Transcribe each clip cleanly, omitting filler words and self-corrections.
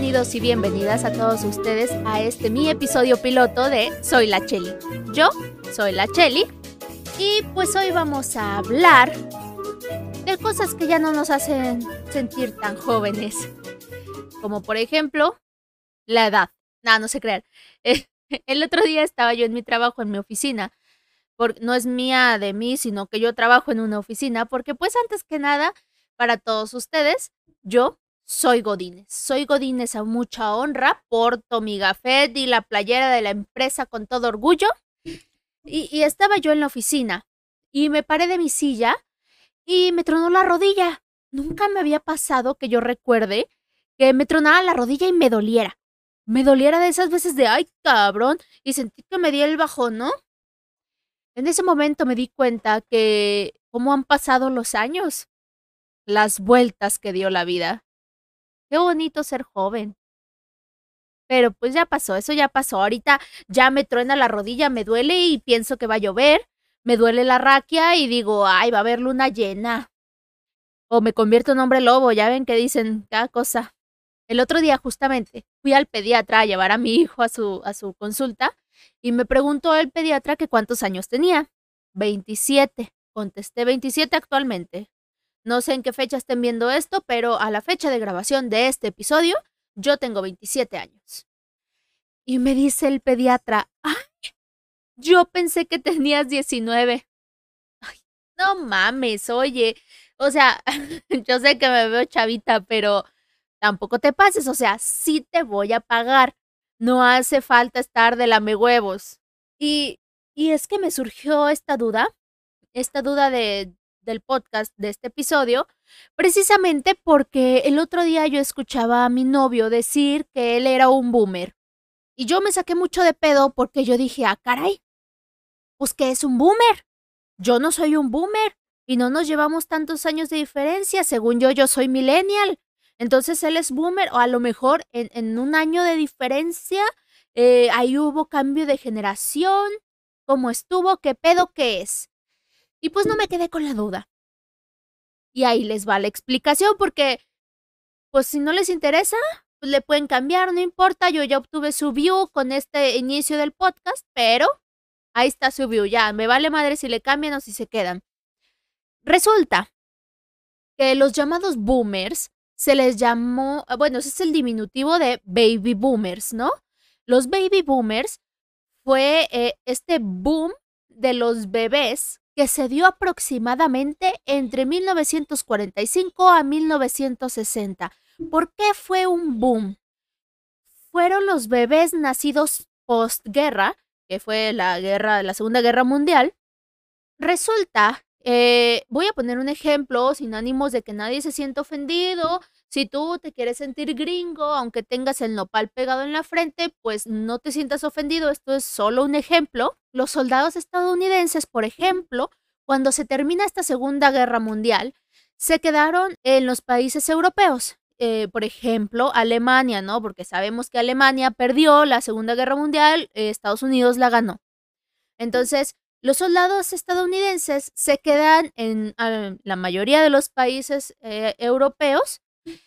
bienvenidos y bienvenidas a todos ustedes a mi episodio piloto de Soy la Cheli. Yo soy la Cheli y pues hoy vamos a hablar de cosas que ya no nos hacen sentir tan jóvenes. Como por ejemplo, la edad. No se crean. El otro día estaba yo en mi trabajo, en mi oficina. No es mía de mí, sino que yo trabajo en una oficina. Porque pues antes que nada, para todos ustedes, yo soy Godínez. Soy Godínez a mucha honra. Porto mi gafet y la playera de la empresa con todo orgullo. Y estaba yo en la oficina. Y me paré de mi silla y me tronó la rodilla. Nunca me había pasado que yo recuerde que me tronara la rodilla y me doliera. Me doliera de esas veces de, ay, cabrón, y sentí que me di el bajón, ¿no? En ese momento me di cuenta que cómo han pasado los años, las vueltas que dio la vida. Qué bonito ser joven. Pero pues ya pasó, eso ya pasó. Ahorita ya me truena la rodilla, me duele y pienso que va a llover. Me duele la raquia y digo, ay, va a haber luna llena. O me convierto en hombre lobo, ya ven que dicen cada cosa. El otro día justamente fui al pediatra a llevar a mi hijo a su consulta y me preguntó el pediatra que cuántos años tenía. 27. Contesté 27 actualmente. No sé en qué fecha estén viendo esto, pero a la fecha de grabación de este episodio, yo tengo 27 años. Y me dice el pediatra, ¡ay! Yo pensé que tenías 19. Ay, no mames, oye. O sea, yo sé que me veo chavita, pero tampoco te pases, o sea, sí te voy a pagar. No hace falta estar de lamehuevos. Y es que me surgió esta duda del podcast, de este episodio, precisamente porque el otro día yo escuchaba a mi novio decir que él era un boomer. Y yo me saqué mucho de pedo porque yo dije, ah, caray, pues ¿qué es un boomer? Yo no soy un boomer y no nos llevamos tantos años de diferencia. Según yo soy millennial. Entonces él es boomer o a lo mejor en un año de diferencia ahí hubo cambio de generación. ¿Cómo estuvo? ¿Qué pedo? ¿Qué es? Y pues no me quedé con la duda. Y ahí les va la explicación porque pues si no les interesa, pues le pueden cambiar, no importa. Yo ya obtuve su view con este inicio del podcast, pero ahí está su view. Ya, me vale madre si le cambian o si se quedan. Resulta que los llamados boomers se les llamó, bueno, ese es el diminutivo de baby boomers, ¿no? Los baby boomers fue este boom de los bebés que se dio aproximadamente entre 1945 a 1960. ¿Por qué fue un boom? Fueron los bebés nacidos postguerra, que fue la Segunda Guerra Mundial. Resulta, voy a poner un ejemplo sin ánimos de que nadie se sienta ofendido. Si tú te quieres sentir gringo, aunque tengas el nopal pegado en la frente, pues no te sientas ofendido. Esto es solo un ejemplo. Los soldados estadounidenses, por ejemplo, cuando se termina esta Segunda Guerra Mundial, se quedaron en los países europeos. Por ejemplo, Alemania, ¿no? Porque sabemos que Alemania perdió la Segunda Guerra Mundial, Estados Unidos la ganó. Entonces, los soldados estadounidenses se quedan en la mayoría de los países europeos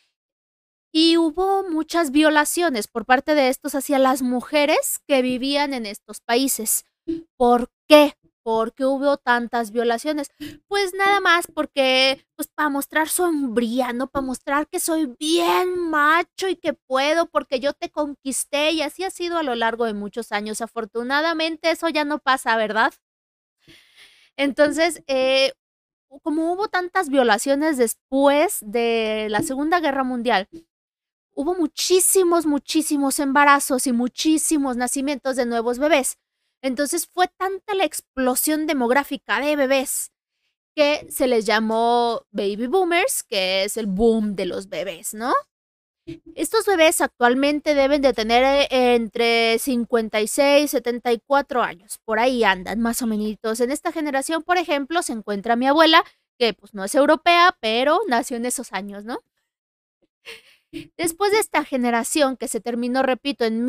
y hubo muchas violaciones por parte de estos hacia las mujeres que vivían en estos países. ¿Por qué? ¿Por qué hubo tantas violaciones? Pues nada más porque, pues para mostrar su hombría, ¿no? Para mostrar que soy bien macho y que puedo porque yo te conquisté y así ha sido a lo largo de muchos años. Afortunadamente eso ya no pasa, ¿verdad? Entonces, como hubo tantas violaciones después de la Segunda Guerra Mundial, hubo muchísimos embarazos y muchísimos nacimientos de nuevos bebés. Entonces fue tanta la explosión demográfica de bebés que se les llamó baby boomers, que es el boom de los bebés, ¿no? Estos bebés actualmente deben de tener entre 56 y 74 años. Por ahí andan, más o menos. En esta generación, por ejemplo, se encuentra mi abuela, que pues no es europea, pero nació en esos años, ¿no? Después de esta generación que se terminó, repito, en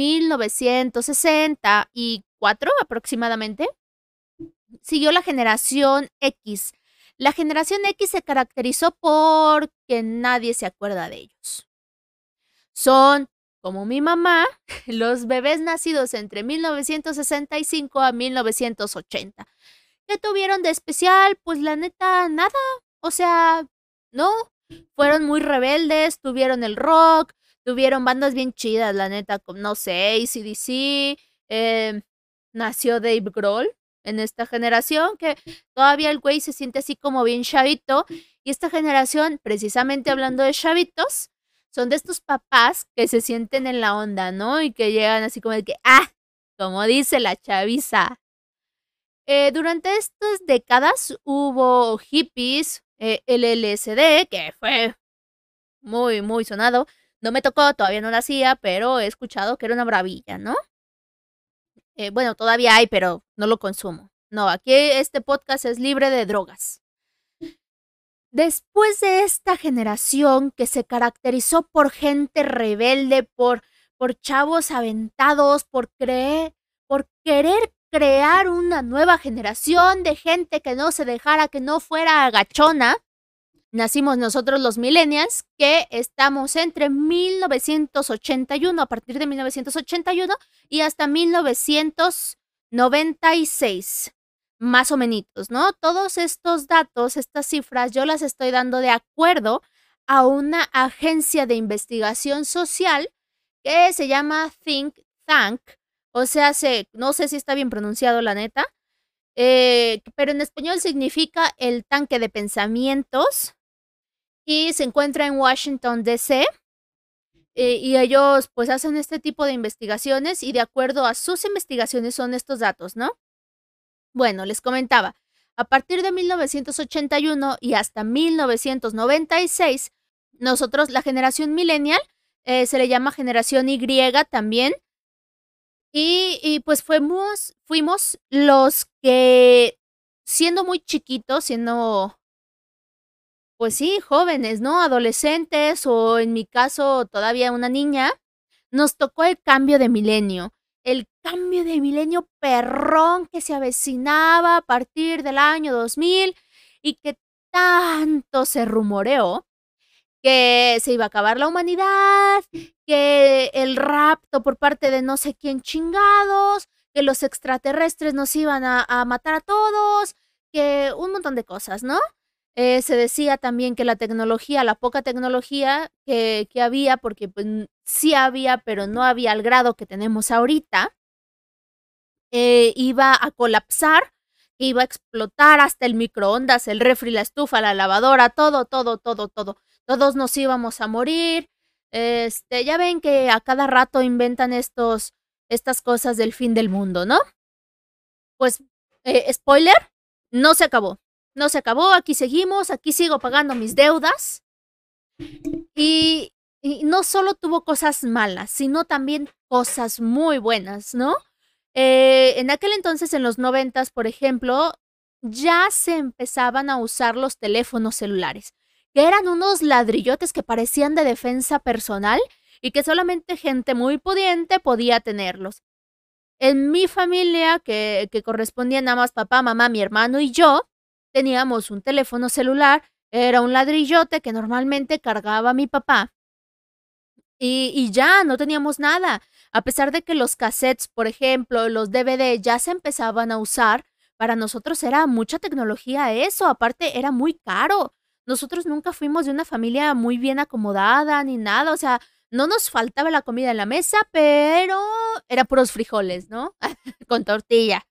1964 aproximadamente, siguió la generación X. La generación X se caracterizó porque nadie se acuerda de ellos. Son como mi mamá, los bebés nacidos entre 1965 a 1980. ¿Qué tuvieron de especial? Pues la neta, nada. O sea, no. Fueron muy rebeldes, tuvieron el rock, tuvieron bandas bien chidas, la neta, como, no sé, AC/DC, nació Dave Grohl en esta generación, que todavía el güey se siente así como bien chavito, y esta generación, precisamente hablando de chavitos, son de estos papás que se sienten en la onda, ¿no? Y que llegan así como de que, como dice la chaviza. Durante estas décadas hubo hippies, el LSD, que fue muy, muy sonado. No me tocó, todavía no lo hacía, pero he escuchado que era una maravilla, ¿no? Bueno, todavía hay, pero no lo consumo. No, aquí este podcast es libre de drogas. Después de esta generación que se caracterizó por gente rebelde, por chavos aventados, por querer crear una nueva generación de gente que no se dejara, que no fuera agachona, nacimos nosotros los millennials, que estamos entre 1981, a partir de 1981 y hasta 1996, más o menos, ¿no? Todos estos datos, estas cifras, yo las estoy dando de acuerdo a una agencia de investigación social que se llama Think Tank, o sea, no sé si está bien pronunciado la neta, pero en español significa el tanque de pensamientos, y se encuentra en Washington, D.C., y ellos pues hacen este tipo de investigaciones y de acuerdo a sus investigaciones son estos datos, ¿no? Bueno, les comentaba, a partir de 1981 y hasta 1996, nosotros, la generación millennial, se le llama generación Y también, y pues fuimos los que, siendo muy chiquitos, siendo pues sí, jóvenes, ¿no? Adolescentes o en mi caso todavía una niña, nos tocó el cambio de milenio. El cambio de milenio perrón que se avecinaba a partir del año 2000 y que tanto se rumoreó que se iba a acabar la humanidad, que el rapto por parte de no sé quién chingados, que los extraterrestres nos iban a matar a todos, que un montón de cosas, ¿no? Se decía también que la tecnología, la poca tecnología que había, porque pues, sí había, pero no había al grado que tenemos ahorita, iba a colapsar, iba a explotar hasta el microondas, el refri, la estufa, la lavadora, todo, todo, todo, todo. Todos nos íbamos a morir. Ya ven que a cada rato inventan estas cosas del fin del mundo, ¿no? Pues, spoiler, no se acabó. No se acabó, aquí seguimos, aquí sigo pagando mis deudas. Y no solo tuvo cosas malas, sino también cosas muy buenas, ¿no? En aquel entonces, en los 90, por ejemplo, ya se empezaban a usar los teléfonos celulares, que eran unos ladrillotes que parecían de defensa personal y que solamente gente muy pudiente podía tenerlos. En mi familia, que correspondía nada más papá, mamá, mi hermano y yo, teníamos un teléfono celular, era un ladrillote que normalmente cargaba mi papá. Y ya, no teníamos nada. A pesar de que los cassettes, por ejemplo, los DVD ya se empezaban a usar, para nosotros era mucha tecnología eso, aparte era muy caro. Nosotros nunca fuimos de una familia muy bien acomodada ni nada, o sea, no nos faltaba la comida en la mesa, pero era puros frijoles, ¿no? Con tortilla.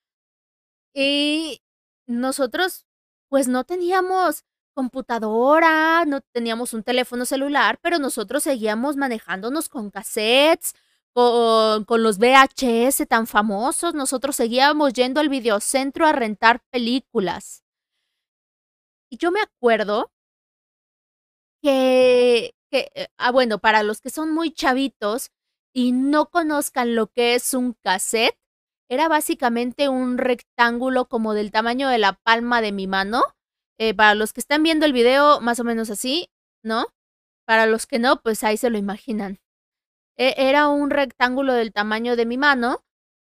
Y nosotros, pues no teníamos computadora, no teníamos un teléfono celular, pero nosotros seguíamos manejándonos con cassettes, con los VHS tan famosos, nosotros seguíamos yendo al videocentro a rentar películas. Y yo me acuerdo bueno, para los que son muy chavitos y no conozcan lo que es un cassette, era básicamente un rectángulo como del tamaño de la palma de mi mano. Para los que están viendo el video, más o menos así, ¿no? Para los que no, pues ahí se lo imaginan. Era un rectángulo del tamaño de mi mano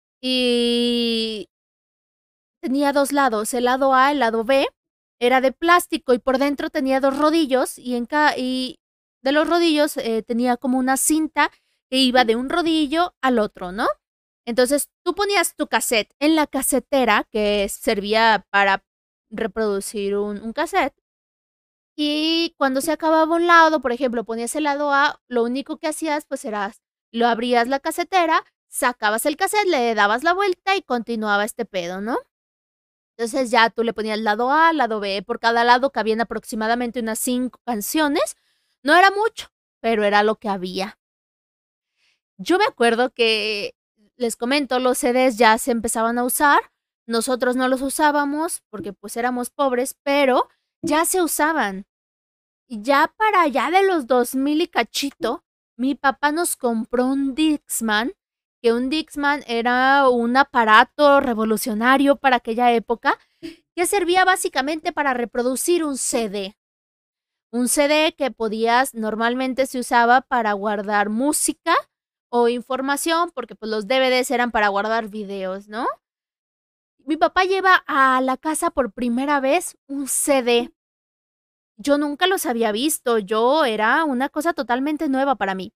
y tenía dos lados, el lado A, el lado B, era de plástico y por dentro tenía dos rodillos y de los rodillos tenía como una cinta que iba de un rodillo al otro, ¿no? Entonces tú ponías tu cassette en la casetera que servía para reproducir un cassette. Y cuando se acababa un lado, por ejemplo, ponías el lado A, lo único que hacías pues era, lo abrías la casetera, sacabas el cassette, le dabas la vuelta y continuaba este pedo, ¿no? Entonces ya tú le ponías lado A, lado B, por cada lado cabían aproximadamente unas 5 canciones. No era mucho, pero era lo que había. Yo me acuerdo que, les comento, los CDs ya se empezaban a usar. Nosotros no los usábamos porque pues éramos pobres, pero ya se usaban. Y ya para allá de los 2000 y cachito, mi papá nos compró un Dixman, que un Dixman era un aparato revolucionario para aquella época, que servía básicamente para reproducir un CD. Un CD que normalmente se usaba para guardar música o información, porque pues los DVDs eran para guardar videos, ¿no? Mi papá lleva a la casa por primera vez un CD. Yo nunca los había visto, era una cosa totalmente nueva para mí.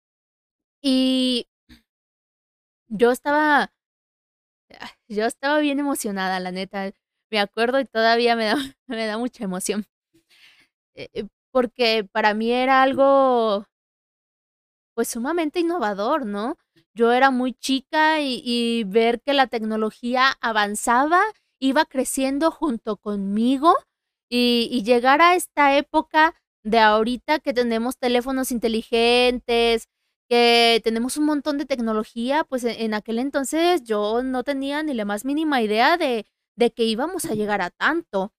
Y yo estaba yo estaba bien emocionada, la neta. Me acuerdo y todavía me da me da mucha emoción. Porque para mí era algo, pues, sumamente innovador, ¿no? Yo era muy chica y ver que la tecnología avanzaba, iba creciendo junto conmigo, y llegar a esta época de ahorita que tenemos teléfonos inteligentes, que tenemos un montón de tecnología, pues, en aquel entonces yo no tenía ni la más mínima idea de que íbamos a llegar a tanto.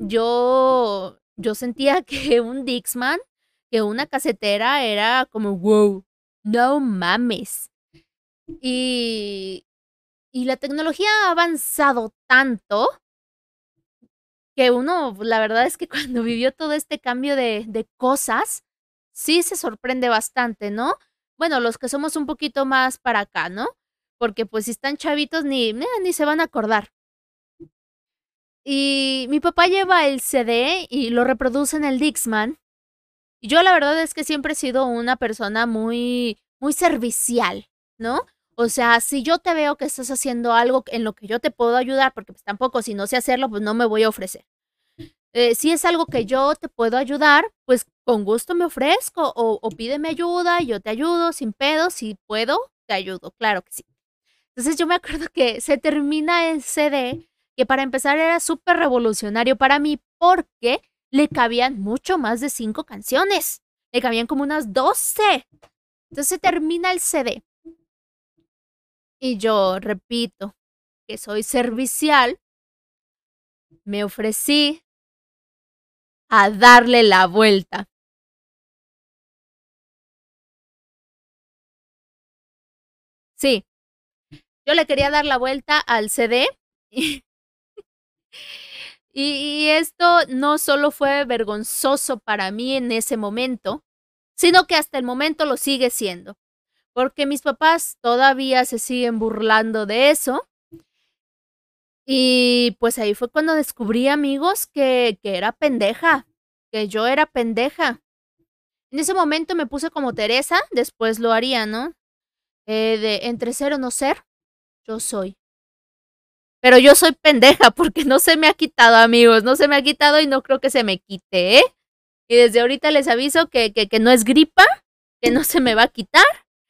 Yo sentía que un Dixman, que una casetera era como, wow, no mames. Y, y la tecnología ha avanzado tanto que uno, la verdad es que cuando vivió todo este cambio de cosas, sí se sorprende bastante, ¿no? Bueno, los que somos un poquito más para acá, ¿no? Porque pues si están chavitos ni se van a acordar. Y mi papá lleva el CD y lo reproduce en el Dixman. Y yo la verdad es que siempre he sido una persona muy, muy servicial, ¿no? O sea, si yo te veo que estás haciendo algo en lo que yo te puedo ayudar, porque pues tampoco si no sé hacerlo, pues no me voy a ofrecer. Si es algo que yo te puedo ayudar, pues con gusto me ofrezco o pídeme ayuda y yo te ayudo sin pedo, si puedo, te ayudo, claro que sí. Entonces yo me acuerdo que se termina el CD, que para empezar era súper revolucionario para mí porque le cabían mucho más de 5 canciones. Le cabían como unas 12. Entonces se termina el CD. Y yo repito que soy servicial. Me ofrecí a darle la vuelta. Sí, yo le quería dar la vuelta al CD. Y, y esto no solo fue vergonzoso para mí en ese momento, sino que hasta el momento lo sigue siendo. Porque mis papás todavía se siguen burlando de eso. Y pues ahí fue cuando descubrí, amigos, que era pendeja, que yo era pendeja. En ese momento me puse como Teresa, después lo haría, ¿no? De entre ser o no ser, yo soy. Pero yo soy pendeja porque no se me ha quitado, amigos, no se me ha quitado y no creo que se me quite, ¿eh? Y desde ahorita les aviso que no es gripa, que no se me va a quitar.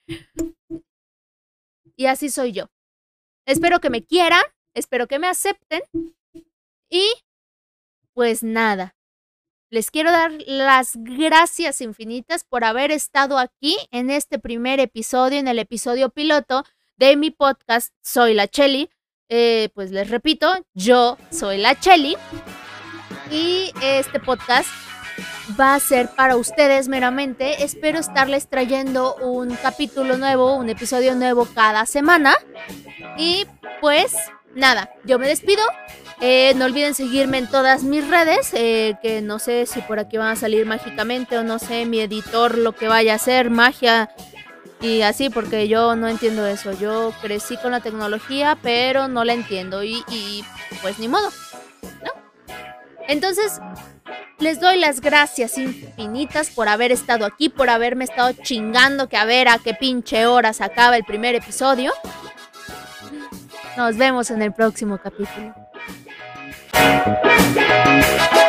Y así soy yo. Espero que me quieran, espero que me acepten. Y pues nada, les quiero dar las gracias infinitas por haber estado aquí en este primer episodio, en el episodio piloto de mi podcast Soy la Cheli. Pues les repito, yo soy la Cheli y este podcast va a ser para ustedes meramente. Espero estarles trayendo un capítulo nuevo, un episodio nuevo cada semana. Y pues nada, yo me despido. No olviden seguirme en todas mis redes, que no sé si por aquí van a salir mágicamente o no sé, mi editor lo que vaya a hacer, magia y así, porque yo no entiendo eso. Yo crecí con la tecnología, pero no la entiendo y pues ni modo, ¿no? Entonces, Les doy las gracias infinitas por haber estado aquí, por haberme estado chingando que a ver a qué pinche hora se acaba el primer episodio. Nos vemos en el próximo capítulo.